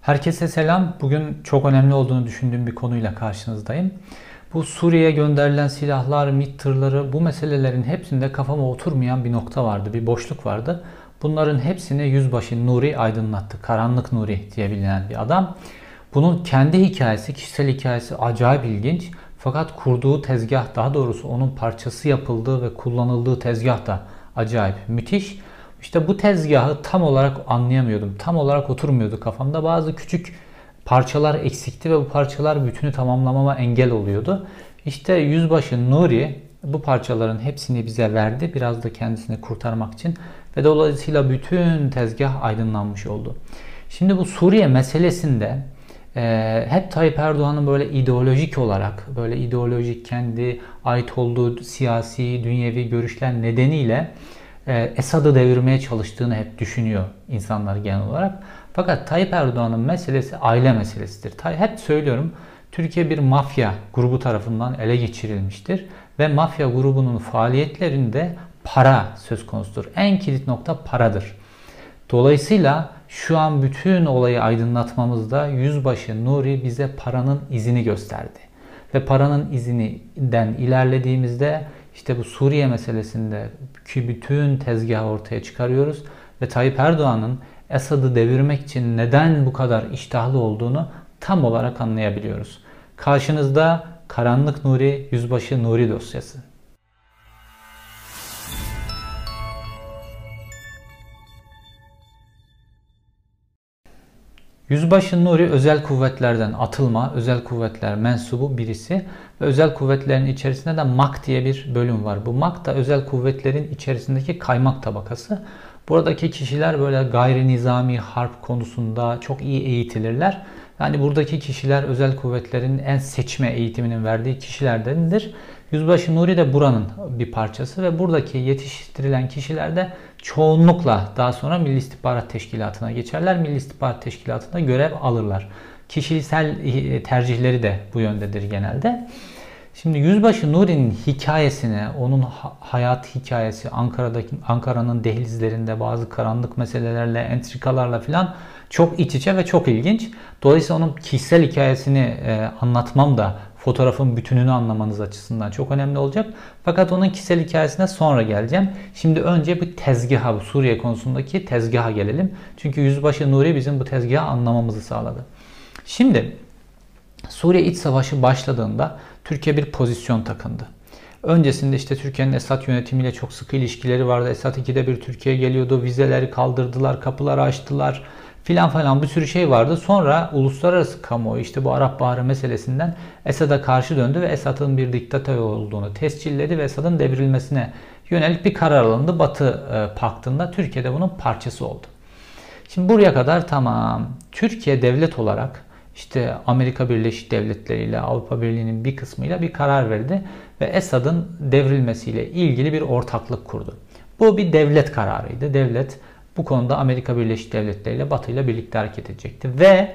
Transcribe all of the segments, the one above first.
Herkese selam. Bugün çok önemli olduğunu düşündüğüm bir konuyla karşınızdayım. Bu Suriye'ye gönderilen silahlar, MİT tırları, bu meselelerin hepsinde kafama oturmayan bir nokta vardı, bir boşluk vardı. Bunların hepsini Yüzbaşı Nuri aydınlattı. Karanlık Nuri diye bilinen bir adam. Bunun kendi hikayesi, kişisel hikayesi acayip ilginç. Fakat kurduğu tezgah, daha doğrusu onun parçası yapıldığı ve kullanıldığı tezgah da acayip müthiş. İşte bu tezgahı tam olarak anlayamıyordum. Tam olarak oturmuyordu kafamda. Bazı küçük parçalar eksikti ve bu parçalar bütünü tamamlamama engel oluyordu. İşte Yüzbaşı Nuri bu parçaların hepsini bize verdi. Biraz da kendisini kurtarmak için. Ve dolayısıyla bütün tezgah aydınlanmış oldu. Şimdi bu Suriye meselesinde hep Tayyip Erdoğan'ın böyle ideolojik olarak, böyle ideolojik kendi ait olduğu siyasi, dünyevi görüşler nedeniyle Esad'ı devirmeye çalıştığını hep düşünüyor insanlar genel olarak. Fakat Tayyip Erdoğan'ın meselesi aile meselesidir. Hep söylüyorum, Türkiye bir mafya grubu tarafından ele geçirilmiştir. Ve mafya grubunun faaliyetlerinde para söz konusudur. En kilit nokta paradır. Dolayısıyla şu an bütün olayı aydınlatmamızda Yüzbaşı Nuri bize paranın izini gösterdi. Ve paranın izinden ilerlediğimizde işte bu Suriye meselesindeki bütün tezgahı ortaya çıkarıyoruz. Ve Tayyip Erdoğan'ın Esad'ı devirmek için neden bu kadar iştahlı olduğunu tam olarak anlayabiliyoruz. Karşınızda Karanlık Nuri, Yüzbaşı Nuri dosyası. Yüzbaşı Nuri özel kuvvetlerden atılma, özel kuvvetler mensubu birisi ve özel kuvvetlerin içerisinde de MAK diye bir bölüm var. Bu MAK da özel kuvvetlerin içerisindeki kaymak tabakası. Buradaki kişiler böyle gayri nizami harp konusunda çok iyi eğitilirler. Yani buradaki kişiler özel kuvvetlerin en seçme eğitiminin verdiği kişilerdendir. Yüzbaşı Nuri de buranın bir parçası ve buradaki yetiştirilen kişiler de çoğunlukla daha sonra Milli İstihbarat Teşkilatı'na geçerler. Milli İstihbarat Teşkilatı'nda görev alırlar. Kişisel tercihleri de bu yöndedir genelde. Şimdi Yüzbaşı Nuri'nin hikayesine, onun hayat hikayesi, Ankara'nın dehlizlerinde bazı karanlık meselelerle, entrikalarla filan çok iç içe ve çok ilginç. Dolayısıyla onun kişisel hikayesini anlatmam da fotoğrafın bütününü anlamanız açısından çok önemli olacak. Fakat onun kişisel hikayesine sonra geleceğim. Şimdi önce bu tezgaha, bu Suriye konusundaki tezgaha gelelim. Çünkü Yüzbaşı Nuri bizim bu tezgahı anlamamızı sağladı. Şimdi Suriye İç Savaşı başladığında Türkiye bir pozisyon takındı. Öncesinde işte Türkiye'nin Esad yönetimiyle çok sıkı ilişkileri vardı. Esad 2'de bir Türkiye'ye geliyordu. Vizeleri kaldırdılar, kapıları açtılar filan falan bir sürü şey vardı. Sonra uluslararası kamuoyu işte bu Arap Baharı meselesinden Esad'a karşı döndü ve Esad'ın bir diktatör olduğunu tescilledi ve Esad'ın devrilmesine yönelik bir karar alındı. Batı Paktı'nda Türkiye de bunun parçası oldu. Şimdi buraya kadar tamam. Türkiye devlet olarak işte Amerika Birleşik Devletleri ile Avrupa Birliği'nin bir kısmıyla bir karar verdi ve Esad'ın devrilmesiyle ilgili bir ortaklık kurdu. Bu bir devlet kararıydı. Devlet bu konuda Amerika Birleşik Devletleri ile Batı ile birlikte hareket edecekti ve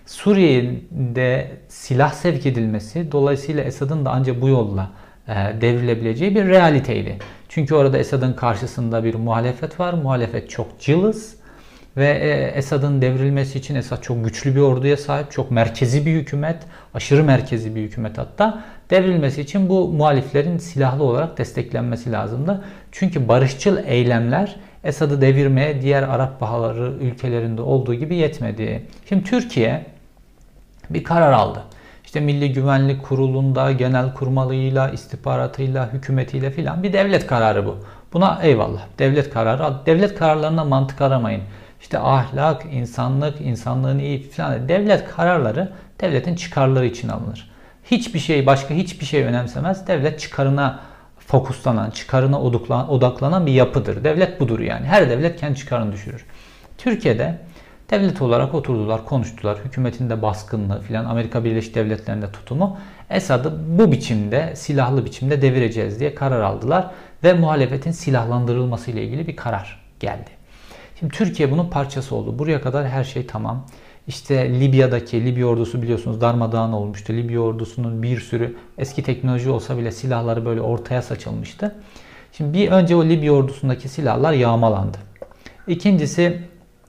Suriye'de silah sevk edilmesi dolayısıyla Esad'ın da ancak bu yolla devrilebileceği bir realiteydi. Çünkü orada Esad'ın karşısında bir muhalefet var. Muhalefet çok cılız. Ve Esad'ın devrilmesi için Esad çok güçlü bir orduya sahip, çok merkezi bir hükümet, aşırı merkezi bir hükümet hatta. Devrilmesi için bu muhaliflerin silahlı olarak desteklenmesi lazımdı. Çünkü barışçıl eylemler Esad'ı devirmeye diğer Arap Baharı ülkelerinde olduğu gibi yetmedi. Şimdi Türkiye bir karar aldı. İşte Milli Güvenlik Kurulu'nda, genelkurmayla, istihbaratıyla, hükümetiyle filan bir devlet kararı bu. Buna eyvallah. Devlet kararı. Devlet kararlarına mantık aramayın. İşte ahlak, insanlık, insanlığın iyi falan. Devlet kararları devletin çıkarları için alınır. Hiçbir şey, başka hiçbir şey önemsemez. Devlet çıkarına fokuslanan, çıkarına odaklanan bir yapıdır. Devlet budur yani. Her devlet kendi çıkarını düşürür. Türkiye'de devlet olarak oturdular, konuştular. Hükümetin de baskınlığı filan, Amerika Birleşik Devletleri'nde tutumu Esad'ı bu biçimde, silahlı biçimde devireceğiz diye karar aldılar ve muhalefetin silahlandırılması ile ilgili bir karar geldi. Şimdi Türkiye bunun parçası oldu. Buraya kadar her şey tamam. İşte Libya ordusu biliyorsunuz darmadağın olmuştu. Libya ordusunun bir sürü eski teknoloji olsa bile silahları böyle ortaya saçılmıştı. Şimdi bir önce o Libya ordusundaki silahlar yağmalandı. İkincisi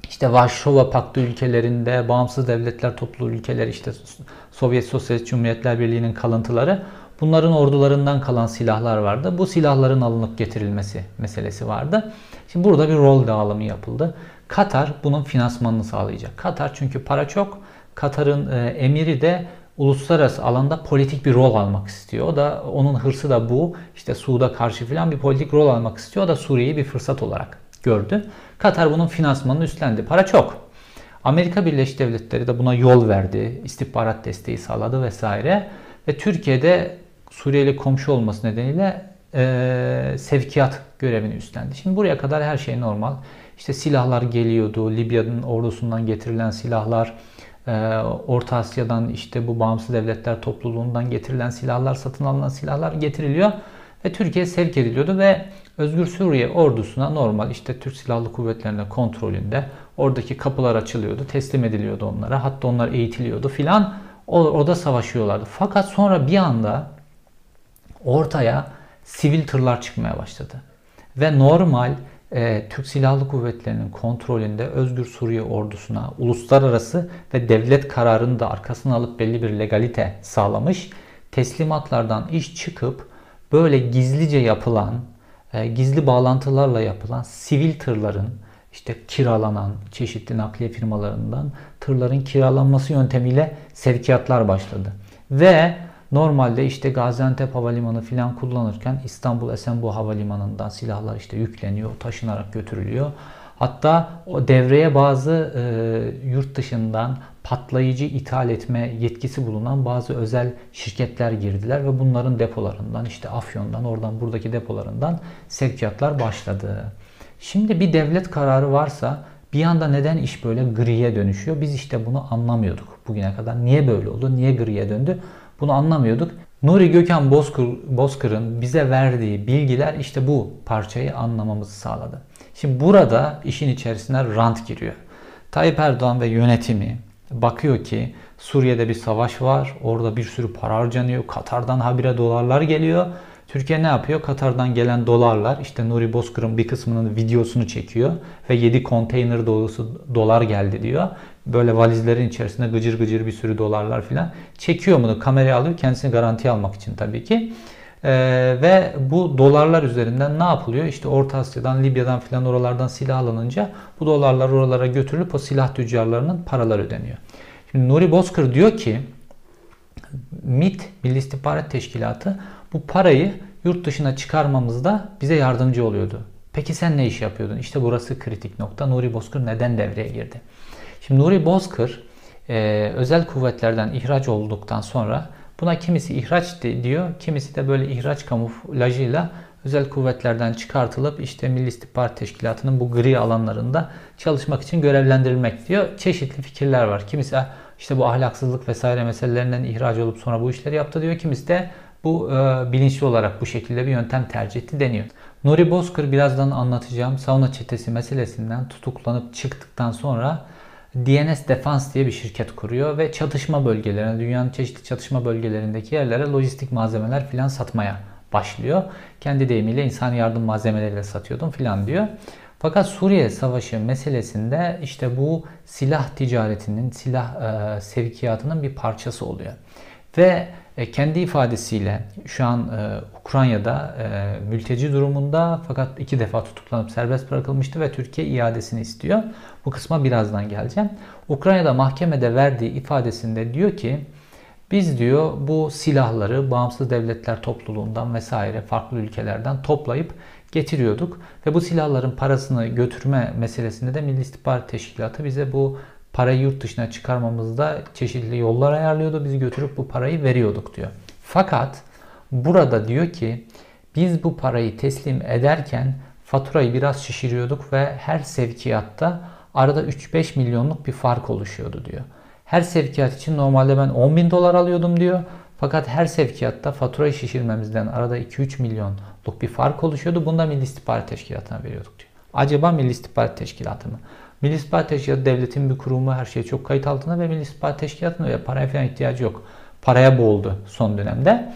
İşte Varşova Paktı ülkelerinde, bağımsız devletler topluluğu ülkeleri, işte Sovyet Sosyalist Cumhuriyetler Birliği'nin kalıntıları, bunların ordularından kalan silahlar vardı. Bu silahların alınıp getirilmesi meselesi vardı. Şimdi burada bir rol dağılımı yapıldı. Katar bunun finansmanını sağlayacak. Katar çünkü para çok. Katar'ın emiri de uluslararası alanda politik bir rol almak istiyor. O da, onun hırsı da bu. İşte Suud'a karşı falan bir politik rol almak istiyor. O da Suriye'yi bir fırsat olarak gördü. Katar bunun finansmanını üstlendi. Para çok. Amerika Birleşik Devletleri de buna yol verdi. İstihbarat desteği sağladı vesaire. Ve Türkiye'de Suriyeli komşu olması nedeniyle sevkiyat görevini üstlendi. Şimdi buraya kadar her şey normal. İşte silahlar geliyordu. Libya'nın ordusundan getirilen silahlar, Orta Asya'dan işte bu bağımsız devletler topluluğundan getirilen silahlar, satın alınan silahlar getiriliyor ve Türkiye sevk ediliyordu ve Özgür Suriye ordusuna normal işte Türk Silahlı Kuvvetleri'nin kontrolünde oradaki kapılar açılıyordu, teslim ediliyordu onlara. Hatta onlar eğitiliyordu filan. Orada savaşıyorlardı. Fakat sonra bir anda ortaya sivil tırlar çıkmaya başladı. Ve normal Türk Silahlı Kuvvetleri'nin kontrolünde Özgür Suriye ordusuna uluslararası ve devlet kararını da arkasına alıp belli bir legalite sağlamış teslimatlardan iş çıkıp böyle gizlice yapılan, gizli bağlantılarla yapılan sivil tırların, işte kiralanan çeşitli nakliye firmalarından tırların kiralanması yöntemiyle sevkiyatlar başladı. Ve normalde işte Gaziantep Havalimanı filan kullanırken İstanbul Esenboğa Havalimanı'ndan silahlar işte yükleniyor, taşınarak götürülüyor. Hatta o devreye bazı yurt dışından patlayıcı ithal etme yetkisi bulunan bazı özel şirketler girdiler ve bunların depolarından, işte Afyon'dan, oradan buradaki depolarından sevkiyatlar başladı. Şimdi bir devlet kararı varsa bir anda neden iş böyle griye dönüşüyor? Biz işte bunu anlamıyorduk bugüne kadar. Niye böyle oldu? Niye griye döndü? Bunu anlamıyorduk. Nuri Gökhan Bozkır'ın bize verdiği bilgiler işte bu parçayı anlamamızı sağladı. Şimdi burada işin içerisine rant giriyor. Tayyip Erdoğan ve yönetimi bakıyor ki Suriye'de bir savaş var. Orada bir sürü para harcanıyor. Katar'dan habire dolarlar geliyor. Türkiye ne yapıyor? Katar'dan gelen dolarlar, işte Nuri Bozkır'ın bir kısmının videosunu çekiyor ve 7 konteyner dolusu dolar geldi diyor. Böyle valizlerin içerisinde gıcır gıcır bir sürü dolarlar filan. Çekiyor bunu, kameraya alıyor, kendisini garantiye almak için tabii ki. Ve bu dolarlar üzerinden ne yapılıyor? İşte Orta Asya'dan, Libya'dan filan oralardan silah alınınca bu dolarlar oralara götürülüp o silah tüccarlarının paraları ödeniyor. Şimdi Nuri Bozkır diyor ki MİT, Milli İstihbarat Teşkilatı bu parayı yurt dışına çıkarmamızda bize yardımcı oluyordu. Peki sen ne iş yapıyordun? İşte burası kritik nokta. Nuri Bozkır neden devreye girdi? Şimdi Nuri Bozkır özel kuvvetlerden ihraç olduktan sonra buna kimisi ihraç diyor, kimisi de böyle ihraç kamuflajıyla özel kuvvetlerden çıkartılıp işte Milli İstihbarat Teşkilatı'nın bu gri alanlarında çalışmak için görevlendirilmek diyor. Çeşitli fikirler var. Kimisi işte bu ahlaksızlık vesaire meselelerinden ihraç olup sonra bu işleri yaptı diyor. Kimisi de bu bilinçli olarak bu şekilde bir yöntem tercih etti deniyor. Nuri Bozkır, birazdan anlatacağım, sauna çetesi meselesinden tutuklanıp çıktıktan sonra DNS Defense diye bir şirket kuruyor ve çatışma bölgelerine, dünyanın çeşitli çatışma bölgelerindeki yerlere lojistik malzemeler filan satmaya başlıyor. Kendi deyimiyle insan yardım malzemeleriyle satıyordum filan diyor. Fakat Suriye Savaşı meselesinde işte bu silah ticaretinin, silah sevkiyatının bir parçası oluyor. Ve kendi ifadesiyle şu an Ukrayna'da mülteci durumunda, fakat 2 defa tutuklanıp serbest bırakılmıştı ve Türkiye iadesini istiyor. Bu kısma birazdan geleceğim. Ukrayna'da mahkemede verdiği ifadesinde diyor ki biz diyor bu silahları bağımsız devletler topluluğundan vesaire farklı ülkelerden toplayıp getiriyorduk ve bu silahların parasını götürme meselesinde de Milli İstihbarat Teşkilatı bize bu parayı yurt dışına çıkarmamızda çeşitli yollar ayarlıyordu. Biz götürüp bu parayı veriyorduk diyor. Fakat burada diyor ki biz bu parayı teslim ederken faturayı biraz şişiriyorduk ve her sevkiyatta arada 3-5 milyonluk bir fark oluşuyordu diyor. Her sevkiyat için normalde ben 10.000 dolar alıyordum diyor. Fakat her sevkiyatta faturayı şişirmemizden arada 2-3 milyonluk bir fark oluşuyordu. Bunu da Milli İstihbarat Teşkilatı'na veriyorduk diyor. Acaba Milli İstihbarat Teşkilatı mı? Milli İstihbarat Teşkilatı devletin bir kurumu, her şey çok kayıt altında ve Milli İstihbarat Teşkilatı'na ve paraya falan ihtiyacı yok. Paraya boğuldu son dönemde.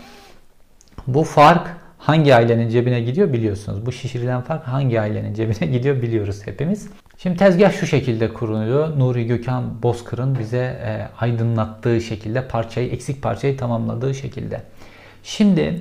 Bu fark hangi ailenin cebine gidiyor biliyorsunuz. Bu şişirilen fark hangi ailenin cebine gidiyor biliyoruz hepimiz. Şimdi tezgah şu şekilde kuruluyor. Nuri Gökhan Bozkır'ın bize aydınlattığı şekilde, eksik parçayı tamamladığı şekilde. Şimdi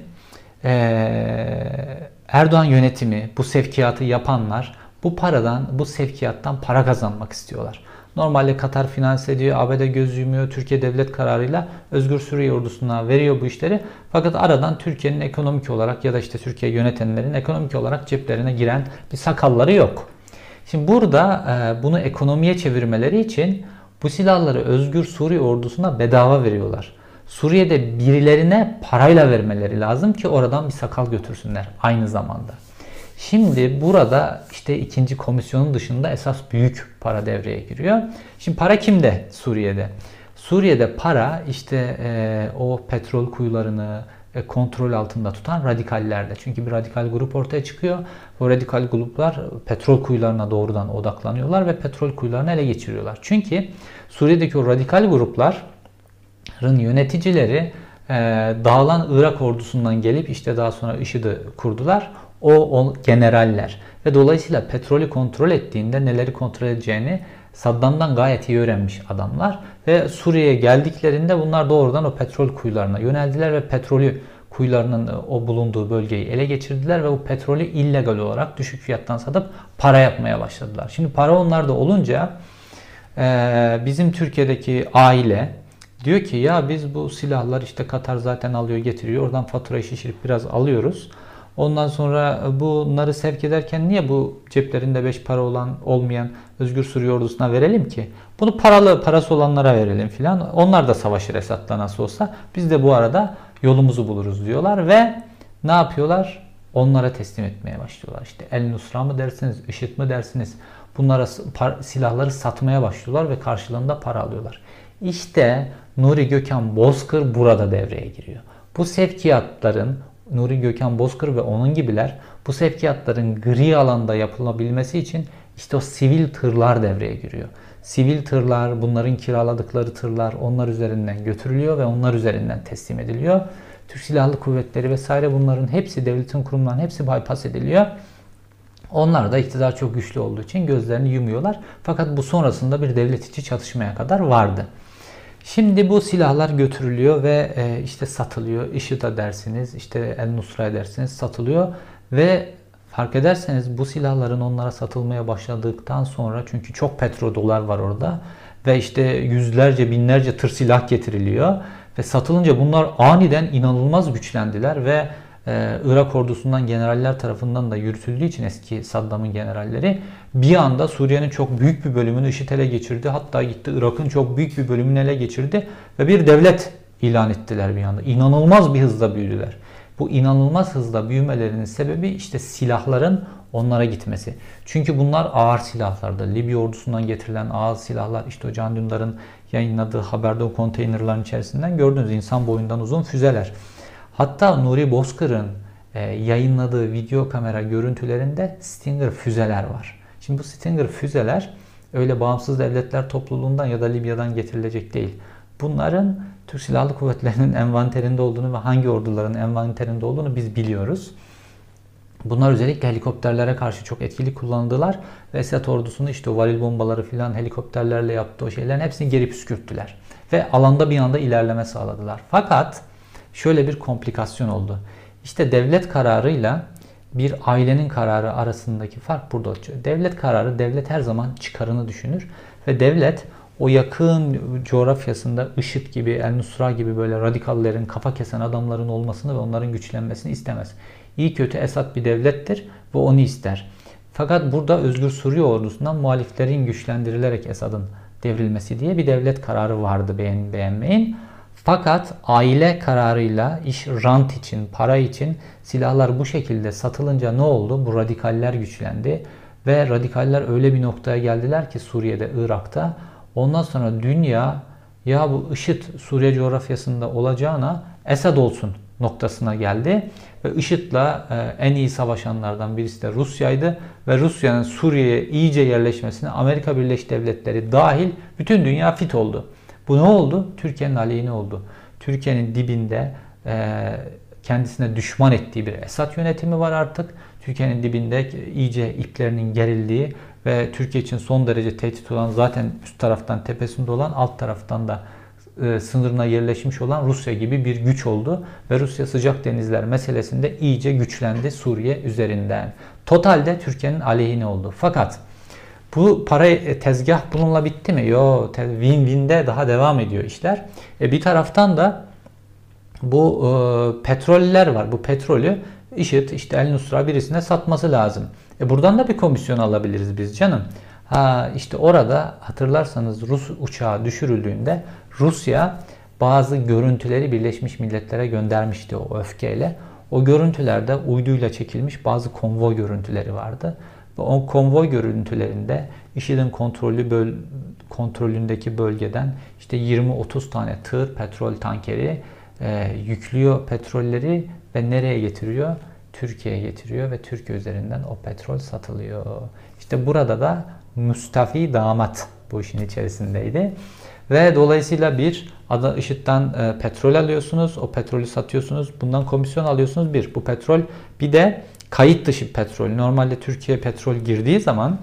Erdoğan yönetimi, bu sevkiyatı yapanlar bu sevkiyattan para kazanmak istiyorlar. Normalde Katar finanse ediyor, ABD göz yumuyor, Türkiye devlet kararıyla Özgür Suriye ordusuna veriyor bu işleri. Fakat aradan Türkiye'nin ekonomik olarak ya da işte Türkiye yönetenlerin ekonomik olarak ceplerine giren bir sakalları yok. Şimdi burada bunu ekonomiye çevirmeleri için bu silahları Özgür Suriye ordusuna bedava veriyorlar. Suriye'de birilerine parayla vermeleri lazım ki oradan bir sakal götürsünler aynı zamanda. Şimdi burada işte ikinci komisyonun dışında esas büyük para devreye giriyor. Şimdi para kimde Suriye'de? Suriye'de para işte o petrol kuyularını kontrol altında tutan radikallerde. Çünkü bir radikal grup ortaya çıkıyor. O radikal gruplar petrol kuyularına doğrudan odaklanıyorlar ve petrol kuyularını ele geçiriyorlar. Çünkü Suriye'deki o radikal grupların yöneticileri dağılan Irak ordusundan gelip işte daha sonra IŞİD'i kurdular. O generaller ve dolayısıyla petrolü kontrol ettiğinde neleri kontrol edeceğini Saddam'dan gayet iyi öğrenmiş adamlar ve Suriye'ye geldiklerinde bunlar doğrudan o petrol kuyularına yöneldiler ve petrolü kuyularının o bulunduğu bölgeyi ele geçirdiler ve bu petrolü illegal olarak düşük fiyattan satıp para yapmaya başladılar. Şimdi para onlarda olunca bizim Türkiye'deki aile diyor ki ya biz bu silahlar işte Katar zaten alıyor getiriyor oradan faturayı şişirip biraz alıyoruz. Ondan sonra bunları sevk ederken niye bu ceplerinde 5 para olmayan Özgür Suriye ordusuna verelim ki? Bunu parası olanlara verelim filan. Onlar da savaşır Esad'la nasıl olsa. Biz de bu arada yolumuzu buluruz diyorlar ve ne yapıyorlar? Onlara teslim etmeye başlıyorlar. İşte El Nusra mı dersiniz, IŞİD mi dersiniz? Bunlara silahları satmaya başlıyorlar ve karşılığında para alıyorlar. İşte Nuri Gökhan Bozkır burada devreye giriyor. Bu sevkiyatların Nuri Gökhan Bozkır ve onun gibiler bu sevkiyatların gri alanda yapılabilmesi için işte o sivil tırlar devreye giriyor. Sivil tırlar, bunların kiraladıkları tırlar onlar üzerinden götürülüyor ve onlar üzerinden teslim ediliyor. Türk Silahlı Kuvvetleri vesaire bunların hepsi devletin kurumlarının hepsi bypass ediliyor. Onlar da iktidar çok güçlü olduğu için gözlerini yumuyorlar. Fakat bu sonrasında bir devlet içi çatışmaya kadar vardı. Şimdi bu silahlar götürülüyor ve işte satılıyor. IŞİD'e dersiniz, işte El Nusra'ya dersiniz satılıyor ve fark ederseniz bu silahların onlara satılmaya başladıktan sonra çünkü çok petrodolar var orada ve işte yüzlerce binlerce tır silah getiriliyor ve satılınca bunlar aniden inanılmaz güçlendiler ve Irak ordusundan generaller tarafından da yürütüldüğü için eski Saddam'ın generalleri bir anda Suriye'nin çok büyük bir bölümünü IŞİD ele geçirdi. Hatta gitti Irak'ın çok büyük bir bölümünü ele geçirdi ve bir devlet ilan ettiler bir anda. İnanılmaz bir hızla büyüdüler. Bu inanılmaz hızla büyümelerinin sebebi işte silahların onlara gitmesi. Çünkü bunlar ağır silahlardı. Libya ordusundan getirilen ağır silahlar işte o Can Dündar'ın yayınladığı haberde o konteynerların içerisinden gördüğünüz insan boyundan uzun füzeler. Hatta Nuri Bozkır'ın yayınladığı video kamera görüntülerinde Stinger füzeler var. Şimdi bu Stinger füzeler öyle bağımsız devletler topluluğundan ya da Libya'dan getirilecek değil. Bunların Türk Silahlı Kuvvetleri'nin envanterinde olduğunu ve hangi orduların envanterinde olduğunu biz biliyoruz. Bunlar özellikle helikopterlere karşı çok etkili kullanıldılar ve Esad ordusunu işte o varil bombaları filan helikopterlerle yaptığı o şeylerin hepsini geri püskürttüler. Ve alanda bir anda ilerleme sağladılar. Fakat şöyle bir komplikasyon oldu. İşte devlet kararıyla bir ailenin kararı arasındaki fark burada oluşuyor. Devlet kararı, devlet her zaman çıkarını düşünür ve devlet o yakın coğrafyasında IŞİD gibi, El Nusra gibi böyle radikallerin, kafa kesen adamların olmasını ve onların güçlenmesini istemez. İyi kötü Esad bir devlettir ve onu ister. Fakat burada Özgür Suriye ordusundan muhaliflerin güçlendirilerek Esad'ın devrilmesi diye bir devlet kararı vardı, beğenmeyin. Fakat aile kararıyla iş rant için, para için silahlar bu şekilde satılınca ne oldu? Bu radikaller güçlendi ve radikaller öyle bir noktaya geldiler ki Suriye'de, Irak'ta. Ondan sonra dünya ya bu IŞİD Suriye coğrafyasında olacağına Esad olsun noktasına geldi. Ve IŞİD'le en iyi savaşanlardan birisi de Rusya'ydı. Ve Rusya'nın Suriye'ye iyice yerleşmesine Amerika Birleşik Devletleri dahil bütün dünya fit oldu. Bu ne oldu? Türkiye'nin aleyhine oldu. Türkiye'nin dibinde kendisine düşman ettiği bir Esad yönetimi var artık. Türkiye'nin dibinde iyice iplerinin gerildiği ve Türkiye için son derece tehdit olan, zaten üst taraftan tepesinde olan, alt taraftan da sınırına yerleşmiş olan Rusya gibi bir güç oldu. Ve Rusya sıcak denizler meselesinde iyice güçlendi Suriye üzerinden. Totalde Türkiye'nin aleyhine oldu. Fakat bu para tezgah bununla bitti mi? Yok. Win-win'de daha devam ediyor işler. Bir taraftan da bu petroller var. Bu petrolü IŞİD, işte El Nusra birisine satması lazım. Buradan da bir komisyon alabiliriz biz canım. İşte orada hatırlarsanız Rus uçağı düşürüldüğünde Rusya bazı görüntüleri Birleşmiş Milletler'e göndermişti o öfkeyle. O görüntülerde uyduyla çekilmiş bazı konvoy görüntüleri vardı. Ve o konvoy görüntülerinde IŞİD'in kontrolündeki bölgeden işte 20-30 tane tır petrol tankeri yüklüyor petrolleri ve nereye getiriyor? Türkiye'ye getiriyor ve Türkiye üzerinden o petrol satılıyor. İşte burada da Mustafi damat bu işin içerisindeydi. Ve dolayısıyla IŞİD'den petrol alıyorsunuz, o petrolü satıyorsunuz, bundan komisyon alıyorsunuz. Bu petrol, bir de kayıt dışı petrol. Normalde Türkiye'ye petrol girdiği zaman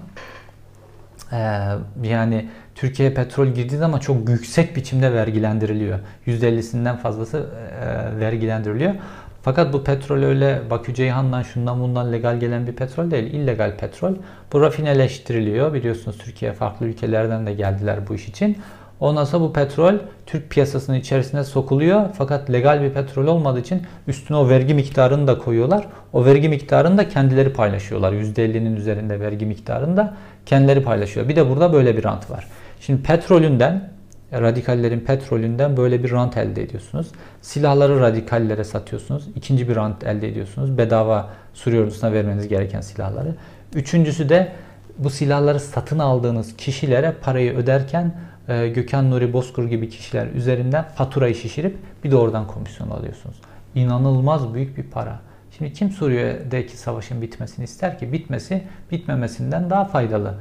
yani Türkiye'ye petrol girdiği zaman çok yüksek biçimde vergilendiriliyor. %50'sinden fazlası vergilendiriliyor. Fakat bu petrol öyle Bakü Ceyhan'dan şundan bundan legal gelen bir petrol değil. İllegal petrol. Bu rafineleştiriliyor. Biliyorsunuz Türkiye farklı ülkelerden de geldiler bu iş için. Ondan sonra bu petrol Türk piyasasının içerisine sokuluyor. Fakat legal bir petrol olmadığı için üstüne o vergi miktarını da koyuyorlar. O vergi miktarını da kendileri paylaşıyorlar. %50'nin üzerinde vergi miktarını da kendileri paylaşıyor. Bir de burada böyle bir rant var. Şimdi radikallerin petrolünden böyle bir rant elde ediyorsunuz. Silahları radikallere satıyorsunuz. İkinci bir rant elde ediyorsunuz. Bedava Suriye ordusuna vermeniz gereken silahları. Üçüncüsü de bu silahları satın aldığınız kişilere parayı öderken Gökhan Nuri Bozkır gibi kişiler üzerinden faturayı şişirip bir de oradan komisyon alıyorsunuz. İnanılmaz büyük bir para. Şimdi kim Suriye'deki savaşın bitmesini ister ki? Bitmemesinden daha faydalı.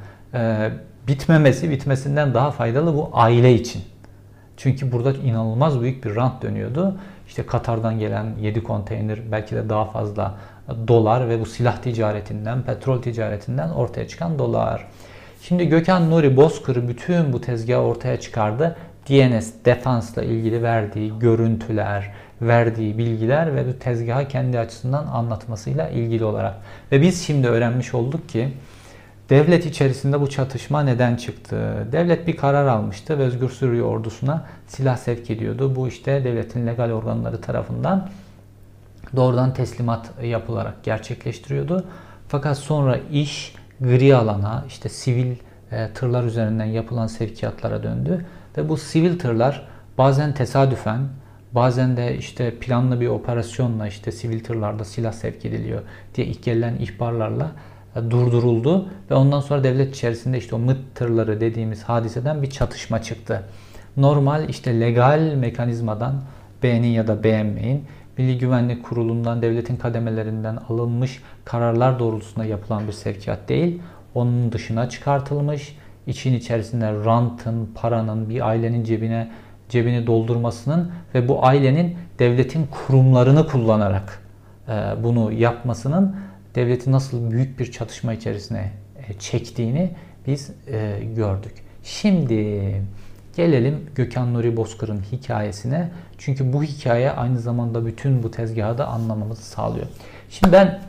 Bitmesinden daha faydalı bu aile için. Çünkü burada inanılmaz büyük bir rant dönüyordu. İşte Katar'dan gelen 7 konteyner, belki de daha fazla dolar ve bu silah ticaretinden, petrol ticaretinden ortaya çıkan dolar. Şimdi Gökhan Nuri Bozkır bütün bu tezgahı ortaya çıkardı. DNS, Defans'la ilgili verdiği görüntüler, verdiği bilgiler ve bu tezgahı kendi açısından anlatmasıyla ilgili olarak. Ve biz şimdi öğrenmiş olduk ki devlet içerisinde bu çatışma neden çıktı? Devlet bir karar almıştı ve Özgür Suriye ordusuna silah sevk ediyordu. Bu işte devletin legal organları tarafından doğrudan teslimat yapılarak gerçekleştiriyordu. Fakat sonra iş gri alana, işte sivil tırlar üzerinden yapılan sevkiyatlara döndü. Ve bu sivil tırlar bazen tesadüfen, bazen de işte planlı bir operasyonla işte sivil tırlarda silah sevk ediliyor diye ilk gelen ihbarlarla durduruldu ve ondan sonra devlet içerisinde işte o MİT tırları dediğimiz hadiseden bir çatışma çıktı. Normal işte legal mekanizmadan beğenin ya da beğenmeyin, Milli Güvenlik Kurulu'ndan, devletin kademelerinden alınmış kararlar doğrultusunda yapılan bir sevkiyat değil. Onun dışına çıkartılmış, için içerisinde rantın, paranın bir ailenin cebini doldurmasının ve bu ailenin devletin kurumlarını kullanarak bunu yapmasının devleti nasıl büyük bir çatışma içerisine çektiğini biz gördük. Şimdi gelelim Gökhan Nuri Bozkır'ın hikayesine. Çünkü bu hikaye aynı zamanda bütün bu tezgahı da anlamamızı sağlıyor. Şimdi ben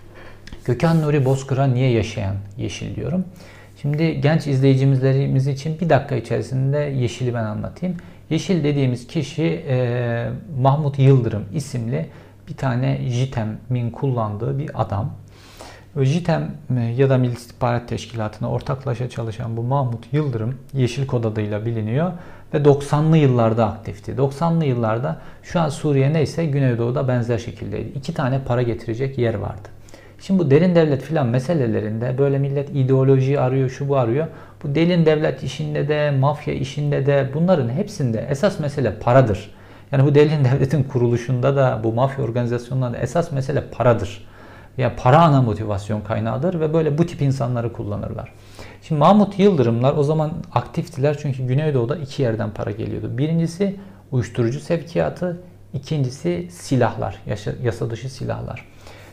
Gökhan Nuri Bozkır'a niye yaşayan Yeşil diyorum? Şimdi genç izleyicilerimiz için bir dakika içerisinde Yeşil'i ben anlatayım. Yeşil dediğimiz kişi Mahmut Yıldırım isimli bir tane JITEM'in kullandığı bir adam. JITEM ya da Milli İstihbarat Teşkilatı'na ortaklaşa çalışan bu Mahmut Yıldırım Yeşil Kod adıyla biliniyor ve 90'lı yıllarda aktifti. 90'lı yıllarda şu an Suriye neyse Güneydoğu'da benzer şekildeydi. 2 tane para getirecek yer vardı. Şimdi bu derin devlet filan meselelerinde böyle millet ideoloji arıyor, şu bu arıyor. Bu derin devlet işinde de, mafya işinde de bunların hepsinde esas mesele paradır. Yani bu derin devletin kuruluşunda da bu mafya organizasyonlarında esas mesele paradır. Ya para ana motivasyon kaynağıdır ve böyle bu tip insanları kullanırlar. Şimdi Mahmut Yıldırımlar o zaman aktiftiler çünkü Güneydoğu'da 2 yerden para geliyordu. Birincisi uyuşturucu sevkiyatı, ikincisi silahlar, yasa dışı silahlar.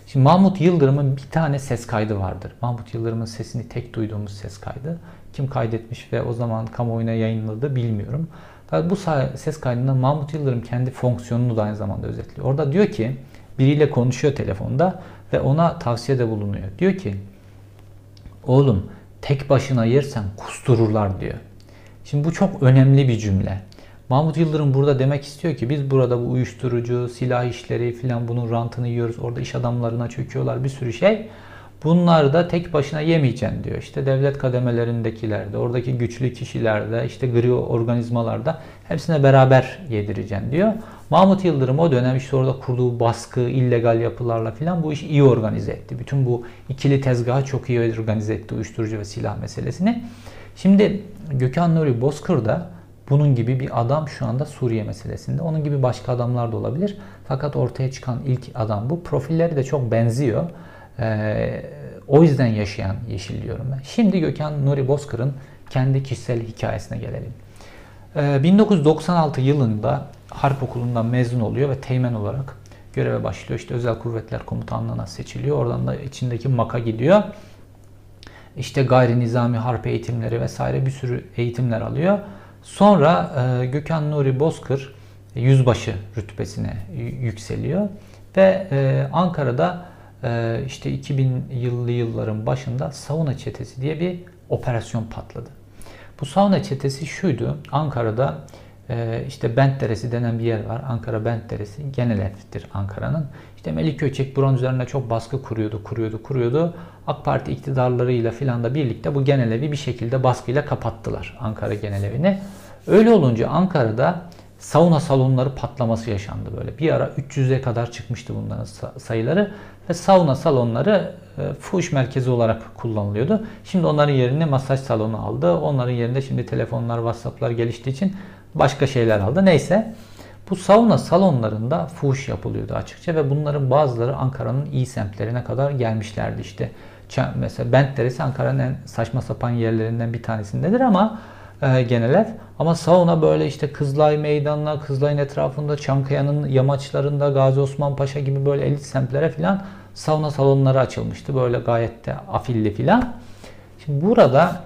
Şimdi Mahmut Yıldırım'ın bir tane ses kaydı vardır. Mahmut Yıldırım'ın sesini tek duyduğumuz ses kaydı. Kim kaydetmiş ve o zaman kamuoyuna yayınladı bilmiyorum. Fakat bu ses kaydında Mahmut Yıldırım kendi fonksiyonunu da aynı zamanda özetliyor. Orada diyor ki, biriyle konuşuyor telefonda ve ona tavsiyede bulunuyor. Diyor ki, oğlum tek başına yersen kustururlar diyor. Şimdi bu çok önemli bir cümle. Mahmut Yıldırım burada demek istiyor ki biz burada bu uyuşturucu, silah işleri filan bunun rantını yiyoruz. Orada iş adamlarına çöküyorlar, bir sürü şey. Bunları da tek başına yemeyeceksin diyor. İşte devlet kademelerindekiler oradaki güçlü kişilerde, işte gri organizmalarda hepsine beraber yedireceksin diyor. Mahmut Yıldırım o dönem işte orada kurduğu baskı, illegal yapılarla filan bu işi iyi organize etti. Bütün bu ikili tezgahı çok iyi organize etti, uyuşturucu ve silah meselesini. Şimdi Gökhan Nuri Bozkır da bunun gibi bir adam şu anda Suriye meselesinde. Onun gibi başka adamlar da olabilir. Fakat ortaya çıkan ilk adam bu. Profilleri de çok benziyor. O yüzden yaşayan yeşil diyorum ben. Şimdi Gökhan Nuri Bozkır'ın kendi kişisel hikayesine gelelim. 1996 yılında Harp Okulu'ndan mezun oluyor ve teğmen olarak göreve başlıyor. İşte Özel Kuvvetler Komutanlığı'na seçiliyor. Oradan da içindeki MAK'a gidiyor. İşte gayri nizami harp eğitimleri vesaire bir sürü eğitimler alıyor. Sonra Gökhan Nuri Bozkır yüzbaşı rütbesine yükseliyor ve Ankara'da işte 2000'li yılların başında Sauna Çetesi diye bir operasyon patladı. Bu Sauna Çetesi şuydu: Ankara'da işte Bentderesi denen bir yer var. Ankara Bentderesi genel evdir Ankara'nın. İşte Melik Gökçek buranın üzerine çok baskı kuruyordu. AK Parti iktidarlarıyla filan da birlikte bu genel evi bir şekilde baskıyla kapattılar, Ankara genel evini. Öyle olunca Ankara'da sauna salonları patlaması yaşandı böyle. Bir ara 300'e kadar çıkmıştı bunların sayıları ve sauna salonları fuhuş merkezi olarak kullanılıyordu. Şimdi onların yerini masaj salonu aldı. Onların yerinde şimdi telefonlar, WhatsApp'lar geliştiği için başka şeyler aldı. Neyse, bu sauna salonlarında fuhuş yapılıyordu açıkça ve bunların bazıları Ankara'nın iyi semtlerine kadar gelmişlerdi. İşte mesela Bentderesi Ankara'nın en saçma sapan yerlerinden bir tanesindedir ama genel ev. Ama sauna böyle işte Kızılay Meydanı'na, Kızılay'ın etrafında, Çankaya'nın yamaçlarında, Gazi Osman Paşa gibi böyle elit semtlere filan sauna salonları açılmıştı. Böyle gayet de afilli filan. Şimdi burada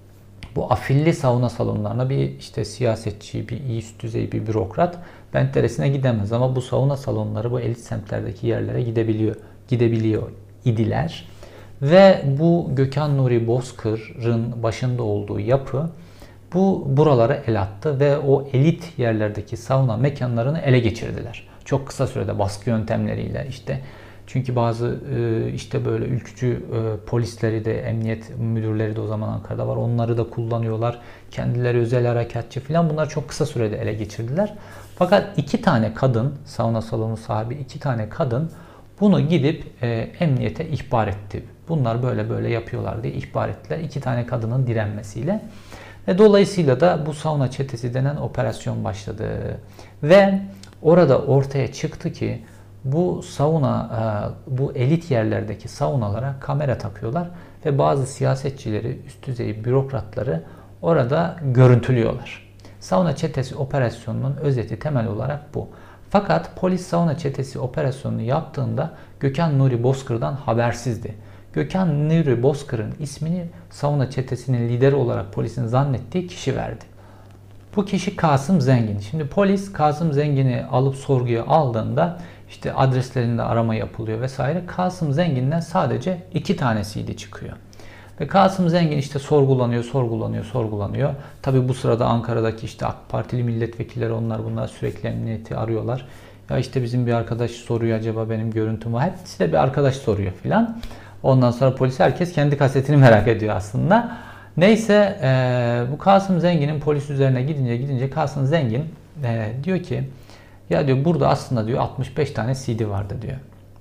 bu afilli sauna salonlarına bir işte siyasetçi, bir üst düzey bir bürokrat Bentderesi'ne gidemez ama bu sauna salonları bu elit semtlerdeki yerlere gidebiliyor idiler. Ve bu Gökhan Nuri Bozkır'ın başında olduğu yapı buralara el attı ve o elit yerlerdeki sauna mekanlarını ele geçirdiler. Çok kısa sürede baskı yöntemleriyle işte. Çünkü bazı işte böyle ülkücü polisleri de, emniyet müdürleri de o zaman Ankara'da var. Onları da kullanıyorlar. Kendileri özel harekatçı falan, bunlar çok kısa sürede ele geçirdiler. Fakat 2 tane kadın, sauna salonu sahibi 2 tane kadın bunu gidip emniyete ihbar etti. Bunlar böyle böyle yapıyorlar diye ihbar ettiler. 2 tane kadının direnmesiyle. Ve dolayısıyla da bu sauna çetesi denen operasyon başladı. Ve orada ortaya çıktı ki bu sauna, bu elit yerlerdeki saunalara kamera takıyorlar ve bazı siyasetçileri, üst düzey bürokratları orada görüntülüyorlar. Sauna çetesi operasyonunun özeti temel olarak bu. Fakat polis sauna çetesi operasyonunu yaptığında Gökhan Nuri Bozkır'dan habersizdi. Gökhan Nuri Bozkır'ın ismini sauna çetesinin lideri olarak polisin zannettiği kişi verdi. Bu kişi Kasım Zengin. Şimdi polis Kasım Zengin'i alıp sorguya aldığında işte adreslerinde arama yapılıyor vesaire. Kasım Zengin'den sadece 2 tanesiydi çıkıyor. Ve Kasım Zengin işte sorgulanıyor. Tabi bu sırada Ankara'daki işte AK Partili milletvekilleri bunlar sürekli emniyeti arıyorlar. Ya işte bizim bir arkadaş soruyor, acaba benim görüntüm var. Hepsi de bir arkadaş soruyor filan. Ondan sonra polis, herkes kendi kasetini merak ediyor aslında. Neyse, bu Kasım Zengin'in polis üzerine gidince Kasım Zengin diyor ki, ya diyor burada aslında diyor 65 tane CD vardı diyor.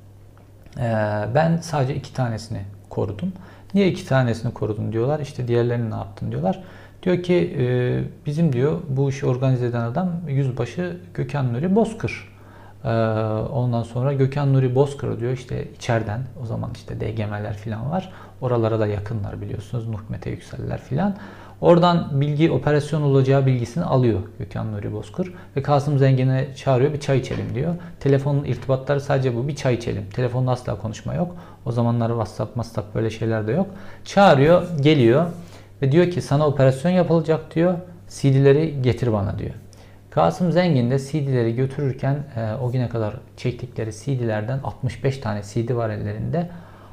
Ben sadece 2 tanesini korudum. Niye 2 tanesini korudun diyorlar. İşte diğerlerini ne yaptın diyorlar. Diyor ki bizim diyor bu işi organize eden adam yüzbaşı Gökhan Nuri Bozkır. Ondan sonra Gökhan Nuri Bozkır diyor işte içeriden, o zaman işte DGM'ler falan var. Oralara da yakınlar biliyorsunuz. Nuh Mete Yükseller falan. Oradan bilgi, operasyon olacağı bilgisini alıyor Gökhan Nuri Bozkır ve Kasım Zengin'e çağırıyor, bir çay içelim diyor. Telefonun irtibatları sadece bu, bir çay içelim. Telefonda asla konuşma yok. O zamanlar WhatsApp böyle şeyler de yok. Çağırıyor, geliyor ve diyor ki sana operasyon yapılacak diyor. CD'leri getir bana diyor. Kasım Zengin de CD'leri götürürken o güne kadar çektikleri CD'lerden 65 tane CD var ellerinde.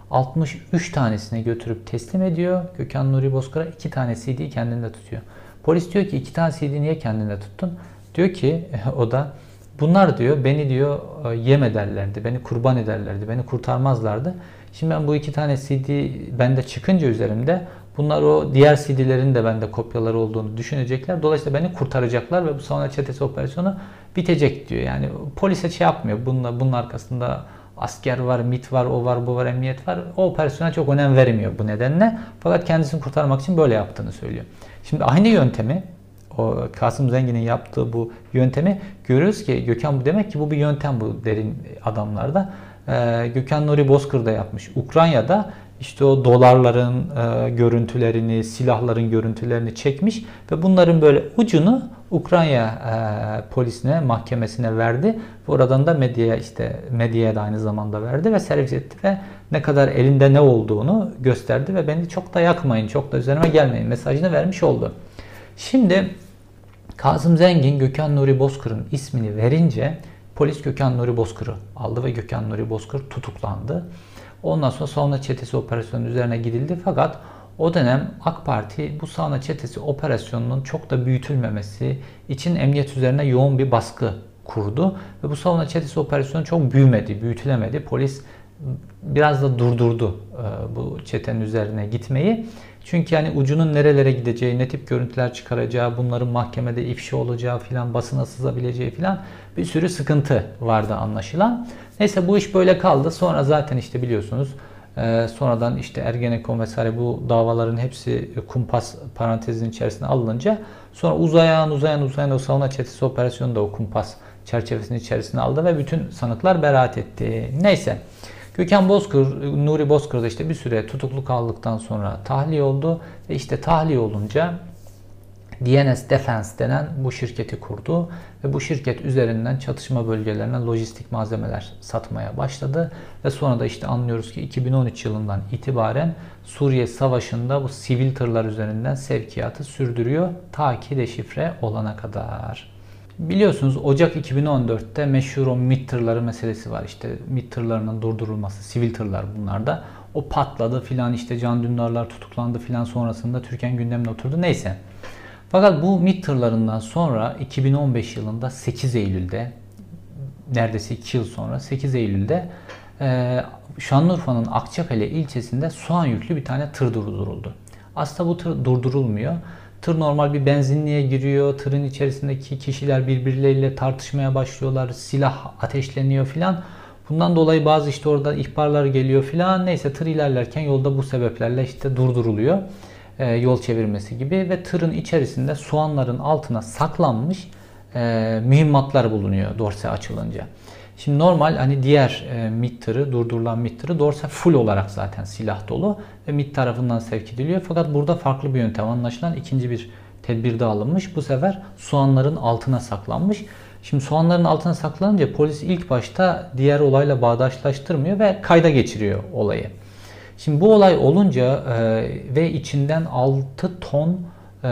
63 tanesini götürüp teslim ediyor. Gökhan Nuri Bozkır'a 2 tane CD'yi kendinde tutuyor. Polis diyor ki 2 tane CD niye kendinde tuttun? Diyor ki o da bunlar diyor beni diyor yem ederlerdi, beni kurban ederlerdi, beni kurtarmazlardı. Şimdi ben bu 2 tane CD bende çıkınca üzerimde bunlar o diğer CD'lerin de bende kopyaları olduğunu düşünecekler. Dolayısıyla beni kurtaracaklar ve bu savunma çetesi operasyonu bitecek diyor. Yani polise şey yapmıyor. Bunun arkasında asker var, MİT var, o var, bu var, emniyet var. O operasyona çok önem vermiyor bu nedenle. Fakat kendisini kurtarmak için böyle yaptığını söylüyor. Şimdi aynı yöntemi, o Kasım Zengin'in yaptığı bu yöntemi görüyoruz ki Gökhan demek ki bu bir yöntem bu derin adamlarda. Gökhan Nuri Bozkır da yapmış. Ukrayna'da işte o dolarların görüntülerini, silahların görüntülerini çekmiş ve bunların böyle ucunu Ukrayna polisine, mahkemesine verdi. Oradan da medyaya da aynı zamanda verdi ve servis etti ve ne kadar elinde ne olduğunu gösterdi ve beni çok da yakmayın, çok da üzerime gelmeyin mesajını vermiş oldu. Şimdi Kasım Zengin Gökhan Nuri Bozkır'ın ismini verince polis Gökhan Nuri Bozkır'ı aldı ve Gökhan Nuri Bozkır tutuklandı. Ondan sonra savunma çetesi operasyonu üzerine gidildi. Fakat o dönem AK Parti bu savunma çetesi operasyonunun çok da büyütülmemesi için emniyet üzerine yoğun bir baskı kurdu. Ve bu savunma çetesi operasyonu çok büyümedi, büyütülemedi. Polis biraz da durdurdu bu çetenin üzerine gitmeyi. Çünkü yani ucunun nerelere gideceği, ne tip görüntüler çıkaracağı, bunların mahkemede ifşa olacağı filan, basına sızabileceği filan bir sürü sıkıntı vardı anlaşılan. Neyse bu iş böyle kaldı. Sonra zaten işte biliyorsunuz sonradan işte Ergenekon vesaire bu davaların hepsi kumpas parantezinin içerisine alınınca sonra uzayan o savunma çetesi operasyonu da o kumpas çerçevesinin içerisine aldı ve bütün sanıklar beraat etti. Neyse. Gökhan Bozkır, Nuri Bozkır da işte bir süre tutuklu kaldıktan sonra tahliye oldu ve işte tahliye olunca DNS Defense denen bu şirketi kurdu ve bu şirket üzerinden çatışma bölgelerine lojistik malzemeler satmaya başladı ve sonra da işte anlıyoruz ki 2013 yılından itibaren Suriye Savaşı'nda bu sivil tırlar üzerinden sevkiyatı sürdürüyor ta ki deşifre olana kadar. Biliyorsunuz Ocak 2014'te meşhur o MİT tırları meselesi var. İşte MİT tırlarının durdurulması, sivil tırlar bunlar da. O patladı filan işte Can Dündarlar tutuklandı filan sonrasında Türkiye'nin gündemine oturdu. Neyse. Fakat bu MİT tırlarından sonra 2015 yılında 8 Eylül'de neredeyse 2 yıl sonra 8 Eylül'de Şanlıurfa'nın Akçakale ilçesinde soğan yüklü bir tane tır durduruldu. Aslında bu tır durdurulmuyor. Tır normal bir benzinliğe giriyor. Tırın içerisindeki kişiler birbirleriyle tartışmaya başlıyorlar. Silah ateşleniyor filan. Bundan dolayı bazı işte orada ihbarlar geliyor filan. Neyse tır ilerlerken yolda bu sebeplerle işte durduruluyor. Yol çevirmesi gibi ve tırın içerisinde soğanların altına saklanmış mühimmatlar bulunuyor dorse açılınca. Şimdi normal hani diğer MİT tırı, durdurulan MİT tırı dorse full olarak zaten silah dolu ve MİT tarafından sevk ediliyor. Fakat burada farklı bir yöntem anlaşılan ikinci bir tedbir de alınmış. Bu sefer soğanların altına saklanmış. Şimdi soğanların altına saklanınca polis ilk başta diğer olayla bağdaşlaştırmıyor ve kayda geçiriyor olayı. Şimdi bu olay olunca ve içinden 6 ton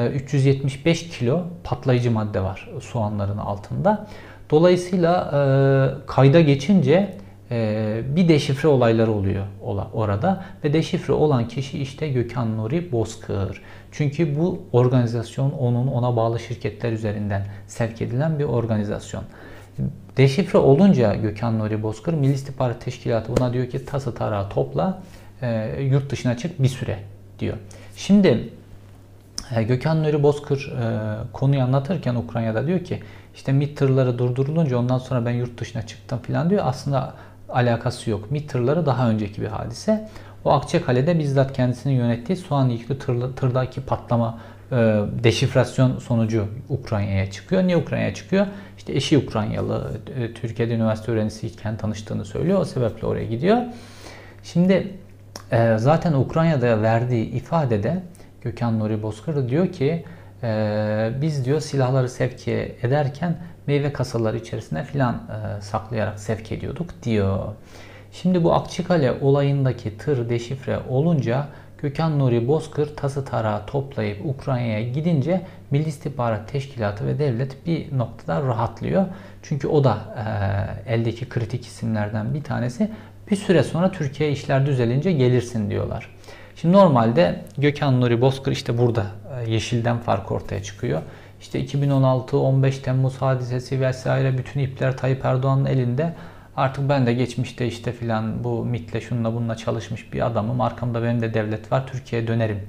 375 kilo patlayıcı madde var soğanların altında. Dolayısıyla kayda geçince bir deşifre olayları oluyor orada ve deşifre olan kişi işte Gökhan Nuri Bozkır. Çünkü bu organizasyon ona bağlı şirketler üzerinden sevk edilen bir organizasyon. Deşifre olunca Gökhan Nuri Bozkır Milli İstihbarat Teşkilatı buna diyor ki tası tarağı topla yurt dışına çık bir süre diyor. Şimdi Gökhan Nuri Bozkır konuyu anlatırken Ukrayna'da diyor ki işte MİT tırları durdurulunca ondan sonra ben yurt dışına çıktım falan diyor. Aslında alakası yok. MİT tırları daha önceki bir hadise. O Akçakale'de bizzat kendisinin yönettiği soğan yüklü tırdaki patlama deşifrasyon sonucu Ukrayna'ya çıkıyor. Niye Ukrayna'ya çıkıyor? İşte eşi Ukraynalı, Türkiye'de üniversite öğrencisiyken tanıştığını söylüyor. O sebeple oraya gidiyor. Şimdi zaten Ukrayna'da verdiği ifadede Gökhan Nuri Bozkır diyor ki biz diyor silahları sevk ederken meyve kasaları içerisine filan saklayarak sevk ediyorduk diyor. Şimdi bu Akçakale olayındaki tır deşifre olunca Gökhan Nuri Bozkır tası tarağı toplayıp Ukrayna'ya gidince Milli İstihbarat Teşkilatı ve devlet bir noktada rahatlıyor. Çünkü o da eldeki kritik isimlerden bir tanesi. Bir süre sonra Türkiye işler düzelince gelirsin diyorlar. Şimdi normalde Gökhan Nuri Bozkır işte burada Yeşil'den fark ortaya çıkıyor. İşte 2016-15 Temmuz hadisesi vesaire bütün ipler Tayyip Erdoğan'ın elinde. Artık ben de geçmişte işte filan bu MİT'le şununla bununla çalışmış bir adamım. Arkamda benim de devlet var. Türkiye'ye dönerim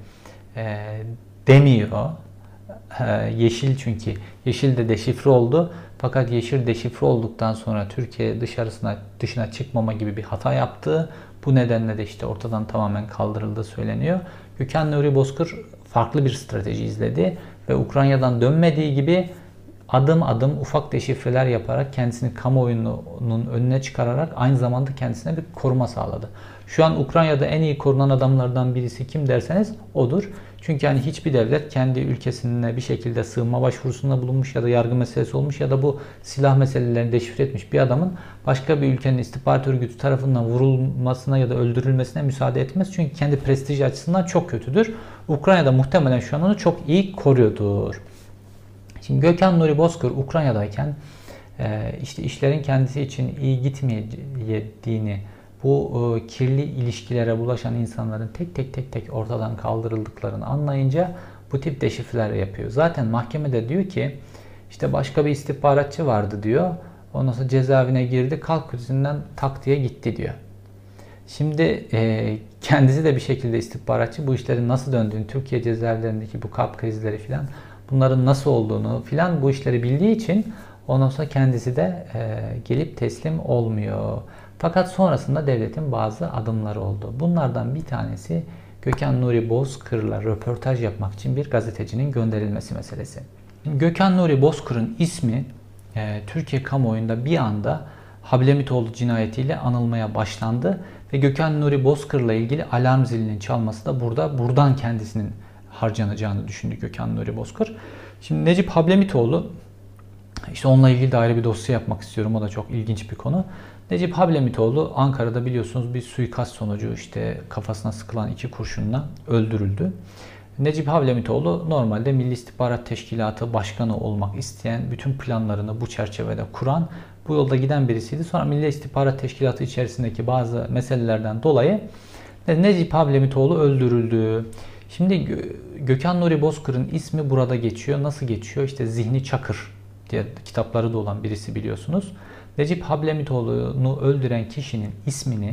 demiyor. Yeşil çünkü. Yeşil de deşifre oldu. Fakat Yeşil deşifre olduktan sonra Türkiye dışına çıkmama gibi bir hata yaptı. Bu nedenle de işte ortadan tamamen kaldırıldığı söyleniyor. Gökhan Nuri Bozkır farklı bir strateji izledi ve Ukrayna'dan dönmediği gibi adım adım ufak deşifreler yaparak kendisini kamuoyunun önüne çıkararak aynı zamanda kendisine bir koruma sağladı. Şu an Ukrayna'da en iyi korunan adamlardan birisi kim derseniz odur. Çünkü yani hiçbir devlet kendi ülkesine bir şekilde sığınma başvurusunda bulunmuş ya da yargı meselesi olmuş ya da bu silah meselelerini deşifre etmiş bir adamın başka bir ülkenin istihbarat örgütü tarafından vurulmasına ya da öldürülmesine müsaade etmez. Çünkü kendi prestiji açısından çok kötüdür. Ukrayna'da muhtemelen şu an onu çok iyi koruyordur. Şimdi Gökhan Nuri Bozkır Ukrayna'dayken işte işlerin kendisi için iyi gitmediğini, bu kirli ilişkilere bulaşan insanların tek tek ortadan kaldırıldıklarını anlayınca bu tip deşifreler yapıyor. Zaten mahkemede diyor ki işte başka bir istihbaratçı vardı diyor. Ondan sonra cezaevine girdi, kalk krizinden tak diye gitti diyor. Şimdi kendisi de bir şekilde istihbaratçı, bu işlerin nasıl döndüğünü, Türkiye cezaevlerindeki bu kalp krizleri filan bunların nasıl olduğunu filan bu işleri bildiği için ondan sonra kendisi de gelip teslim olmuyor. Fakat sonrasında devletin bazı adımları oldu. Bunlardan bir tanesi Gökhan Nuri Bozkır'la röportaj yapmak için bir gazetecinin gönderilmesi meselesi. Gökhan Nuri Bozkır'ın ismi Türkiye kamuoyunda bir anda Hablemitoğlu cinayetiyle anılmaya başlandı ve Gökhan Nuri Bozkır'la ilgili alarm zilinin çalması da buradan kendisinin harcanacağını düşündü Gökhan Nuri Bozkır. Şimdi Necip Hablemitoğlu, işte onunla ilgili de ayrı bir dosya yapmak istiyorum. O da çok ilginç bir konu. Necip Hablemitoğlu Ankara'da biliyorsunuz bir suikast sonucu işte kafasına sıkılan 2 kurşunla öldürüldü. Necip Hablemitoğlu normalde Milli İstihbarat Teşkilatı Başkanı olmak isteyen, bütün planlarını bu çerçevede kuran, bu yolda giden birisiydi. Sonra Milli İstihbarat Teşkilatı içerisindeki bazı meselelerden dolayı Necip Hablemitoğlu öldürüldü. Şimdi Gökhan Nuri Bozkır'ın ismi burada geçiyor. Nasıl geçiyor? İşte Zihni Çakır diye kitapları da olan birisi biliyorsunuz. Necip Hablemitoğlu'nu öldüren kişinin ismini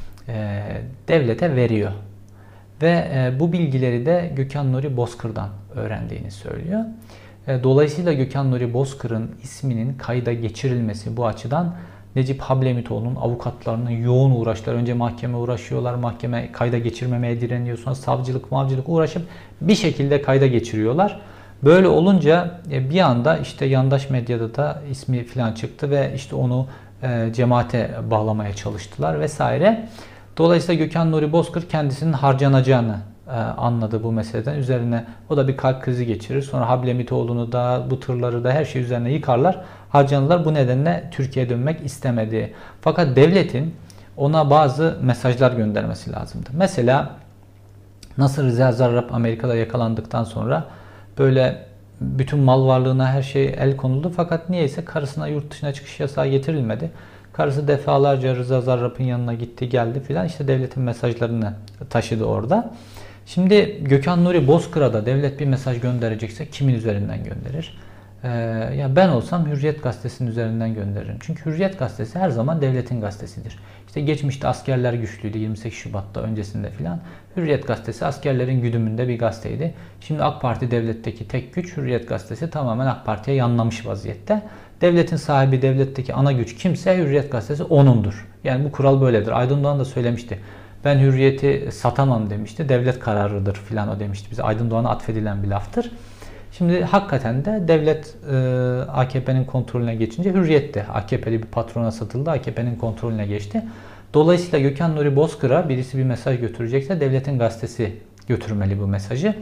devlete veriyor. Ve bu bilgileri de Gökhan Nuri Bozkır'dan öğrendiğini söylüyor. Dolayısıyla Gökhan Nuri Bozkır'ın isminin kayda geçirilmesi bu açıdan Necip Hablemitoğlu'nun avukatlarının yoğun uğraşları. Önce mahkeme uğraşıyorlar, mahkeme kayda geçirmemeye direniyor. Sonra savcılık uğraşıp bir şekilde kayda geçiriyorlar. Böyle olunca bir anda işte yandaş medyada da ismi falan çıktı ve işte onu cemaate bağlamaya çalıştılar vesaire. Dolayısıyla Gökhan Nuri Bozkır kendisinin harcanacağını anladı bu meseleden. Üzerine o da bir kalp krizi geçirir. Sonra Hablemitoğlu'nu da bu tırları da her şey üzerine yıkarlar. Harcanırlar. Bu nedenle Türkiye'ye dönmek istemedi. Fakat devletin ona bazı mesajlar göndermesi lazımdı. Mesela nasıl Rıza Zarrab Amerika'da yakalandıktan sonra böyle bütün mal varlığına her şey el konuldu. Fakat niyeyse karısına yurt dışına çıkış yasağı getirilmedi. Karısı defalarca Rıza Zarrab'ın yanına gitti geldi filan, işte devletin mesajlarını taşıdı orada. Şimdi Gökhan Nuri Bozkır'a da devlet bir mesaj gönderecekse kimin üzerinden gönderir? Ya ben olsam Hürriyet Gazetesi'nin üzerinden gönderirim. Çünkü Hürriyet Gazetesi her zaman devletin gazetesidir. İşte geçmişte askerler güçlüydü 28 Şubat'ta öncesinde filan. Hürriyet Gazetesi askerlerin güdümünde bir gazeteydi. Şimdi AK Parti devletteki tek güç, Hürriyet Gazetesi tamamen AK Parti'ye yanlamış vaziyette. Devletin sahibi, devletteki ana güç kimse Hürriyet Gazetesi onundur. Yani bu kural böyledir. Aydın Doğan da söylemişti. Ben hürriyeti satamam demişti. Devlet kararıdır filan o demişti. Bize Aydın Doğan'a atfedilen bir laftır. Şimdi hakikaten de devlet AKP'nin kontrolüne geçince Hürriyet de AKP'li bir patrona satıldı. AKP'nin kontrolüne geçti. Dolayısıyla Gökhan Nuri Bozkır'a birisi bir mesaj götürecekse devletin gazetesi götürmeli bu mesajı.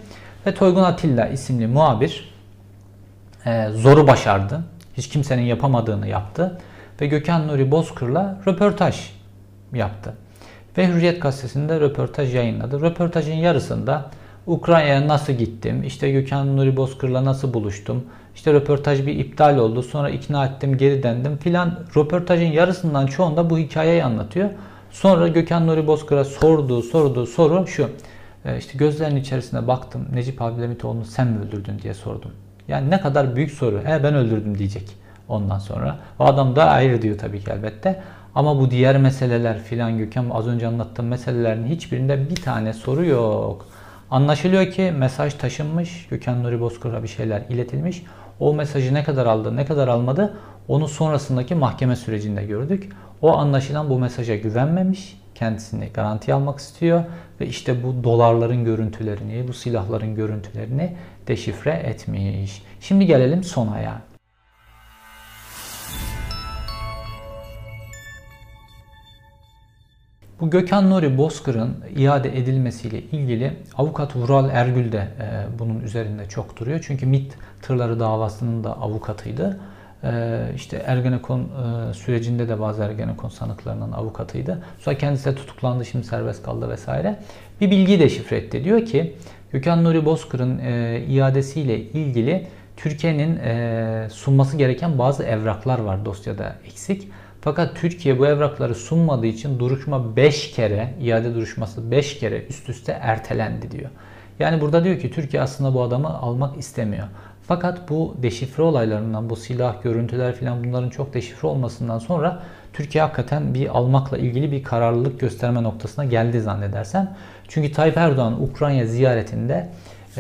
Ve Toygun Atilla isimli muhabir zoru başardı. Hiç kimsenin yapamadığını yaptı. Ve Gökhan Nuri Bozkır'la röportaj yaptı. Ve Hürriyet Gazetesi'nde röportaj yayınladı. Röportajın yarısında Ukrayna'ya nasıl gittim, işte Gökhan Nuri Bozkır'la nasıl buluştum, işte röportaj bir iptal oldu, sonra ikna ettim, geri döndüm filan. Röportajın yarısından çoğunda bu hikayeyi anlatıyor. Sonra Gökhan Nuri Bozkır'a sorduğu soru şu. İşte gözlerinin içerisine baktım, Necip Abdülhamitoğlu'nu sen mi öldürdün diye sordum. Yani ne kadar büyük soru. Ben öldürdüm diyecek ondan sonra. O adam da ayrı diyor tabii ki elbette. Ama bu diğer meseleler filan, Gökhan az önce anlattığım meselelerin hiçbirinde bir tane soru yok. Anlaşılıyor ki mesaj taşınmış, Gökhan Nuri Bozkır'a bir şeyler iletilmiş. O mesajı ne kadar aldı, ne kadar almadı onu sonrasındaki mahkeme sürecinde gördük. O anlaşılan bu mesaja güvenmemiş, kendisini garantiye almak istiyor ve işte bu dolarların görüntülerini, bu silahların görüntülerini deşifre etmiş. Şimdi gelelim Sonay'a. Bu Gökhan Nuri Bozkır'ın iade edilmesiyle ilgili avukat Vural Ergül de bunun üzerinde çok duruyor. Çünkü MİT tırları davasının da avukatıydı. İşte Ergenekon sürecinde de bazı Ergenekon sanıklarının avukatıydı. Sonra kendisi de tutuklandı, şimdi serbest kaldı vesaire. Bir bilgi deşifre etti. Diyor ki Gökhan Nuri Bozkır'ın iadesiyle ilgili Türkiye'nin sunması gereken bazı evraklar var, dosyada eksik. Fakat Türkiye bu evrakları sunmadığı için duruşma 5 kere, iade duruşması 5 kere üst üste ertelendi diyor. Yani burada diyor ki Türkiye aslında bu adamı almak istemiyor. Fakat bu deşifre olaylarından, bu silah, görüntüler filan bunların çok deşifre olmasından sonra Türkiye hakikaten bir almakla ilgili bir kararlılık gösterme noktasına geldi zannedersem. Çünkü Tayyip Erdoğan Ukrayna ziyaretinde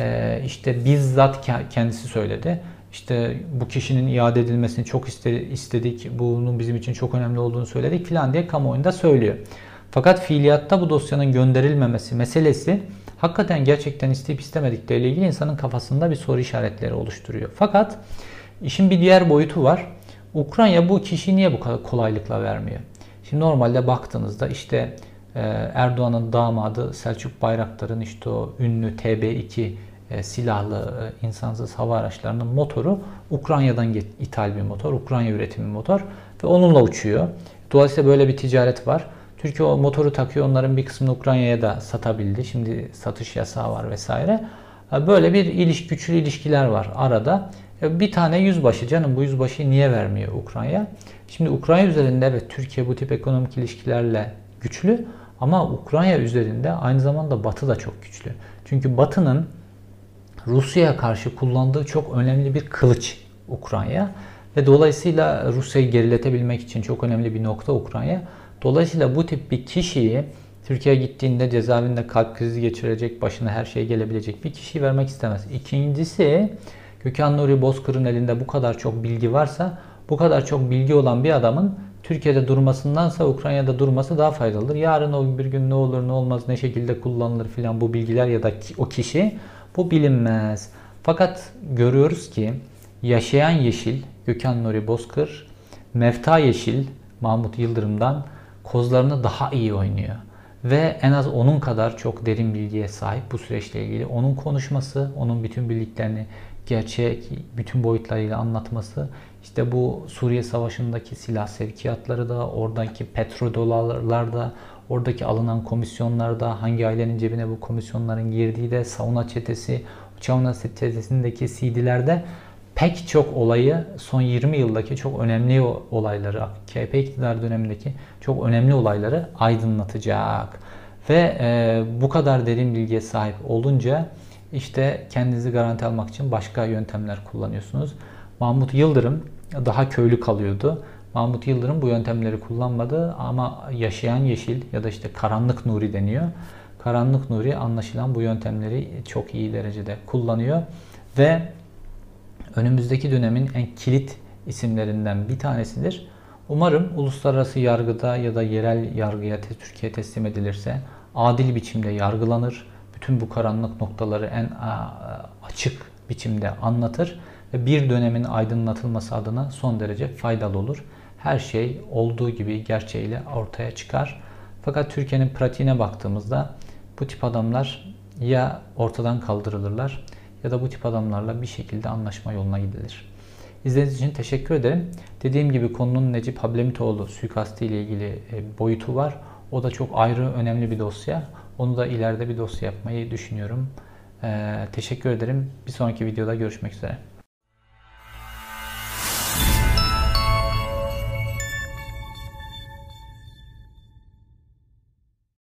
işte bizzat kendisi söyledi. İşte bu kişinin iade edilmesini çok istedik, bunun bizim için çok önemli olduğunu söyledik filan diye kamuoyunda söylüyor. Fakat fiiliyatta bu dosyanın gönderilmemesi meselesi hakikaten gerçekten isteyip istemedikleriyle ilgili insanın kafasında bir soru işaretleri oluşturuyor. Fakat işin bir diğer boyutu var. Ukrayna bu kişiyi niye bu kadar kolaylıkla vermiyor? Şimdi normalde baktığınızda işte Erdoğan'ın damadı Selçuk Bayraktar'ın işte o ünlü TB2 silahlı insansız hava araçlarının motoru Ukrayna'dan ithal bir motor, Ukrayna üretimi motor ve onunla uçuyor. Dolayısıyla böyle bir ticaret var. Türkiye o motoru takıyor, onların bir kısmını Ukrayna'ya da satabildi. Şimdi satış yasağı var vesaire. Böyle bir güçlü ilişkiler var arada. Bir tane yüzbaşı, canım bu yüzbaşıyı niye vermiyor Ukrayna? Şimdi Ukrayna üzerinde evet Türkiye bu tip ekonomik ilişkilerle güçlü ama Ukrayna üzerinde aynı zamanda Batı da çok güçlü. Çünkü Batı'nın Rusya'ya karşı kullandığı çok önemli bir kılıç Ukrayna ve dolayısıyla Rusya'yı geriletebilmek için çok önemli bir nokta Ukrayna. Dolayısıyla bu tip bir kişiyi Türkiye'ye gittiğinde cezaevinde kalp krizi geçirecek, başına her şey gelebilecek bir kişiyi vermek istemez. İkincisi, Gökhan Nuri Bozkır'ın elinde bu kadar çok bilgi varsa, bu kadar çok bilgi olan bir adamın Türkiye'de durmasındansa Ukrayna'da durması daha faydalıdır. Yarın o bir gün ne olur ne olmaz, ne şekilde kullanılır filan bu bilgiler ya da o kişi, bu bilinmez. Fakat görüyoruz ki yaşayan yeşil Gökhan Nuri Bozkır, Mefta Yeşil Mahmut Yıldırım'dan kozlarını daha iyi oynuyor. Ve en az onun kadar çok derin bilgiye sahip bu süreçle ilgili. Onun konuşması, onun bütün bildiklerini gerçek bütün boyutlarıyla anlatması, işte bu Suriye Savaşı'ndaki silah sevkiyatları da, oradaki petrodolarlar da, oradaki alınan komisyonlarda, hangi ailenin cebine bu komisyonların girdiği de, Sauna Çetesi, Sauna Çetesi'ndeki CD'lerde pek çok olayı, son 20 yıldaki çok önemli olayları, AKP iktidar dönemindeki çok önemli olayları aydınlatacak. Ve bu kadar derin bilgiye sahip olunca işte kendinizi garanti almak için başka yöntemler kullanıyorsunuz. Mahmut Yıldırım daha köylü kalıyordu. Mahmut Yıldırım bu yöntemleri kullanmadı ama yaşayan yeşil ya da işte karanlık Nuri deniyor. Karanlık Nuri anlaşılan bu yöntemleri çok iyi derecede kullanıyor ve önümüzdeki dönemin en kilit isimlerinden bir tanesidir. Umarım uluslararası yargıda ya da yerel yargıya Türkiye teslim edilirse adil biçimde yargılanır. Bütün bu karanlık noktaları en açık biçimde anlatır ve bir dönemin aydınlatılması adına son derece faydalı olur. Her şey olduğu gibi gerçeğiyle ortaya çıkar. Fakat Türkiye'nin pratiğine baktığımızda bu tip adamlar ya ortadan kaldırılırlar ya da bu tip adamlarla bir şekilde anlaşma yoluna gidilir. İzlediğiniz için teşekkür ederim. Dediğim gibi konunun Necip Hablemitoğlu suikastı ile ilgili boyutu var. O da çok ayrı önemli bir dosya. Onu da ileride bir dosya yapmayı düşünüyorum. Teşekkür ederim. Bir sonraki videoda görüşmek üzere.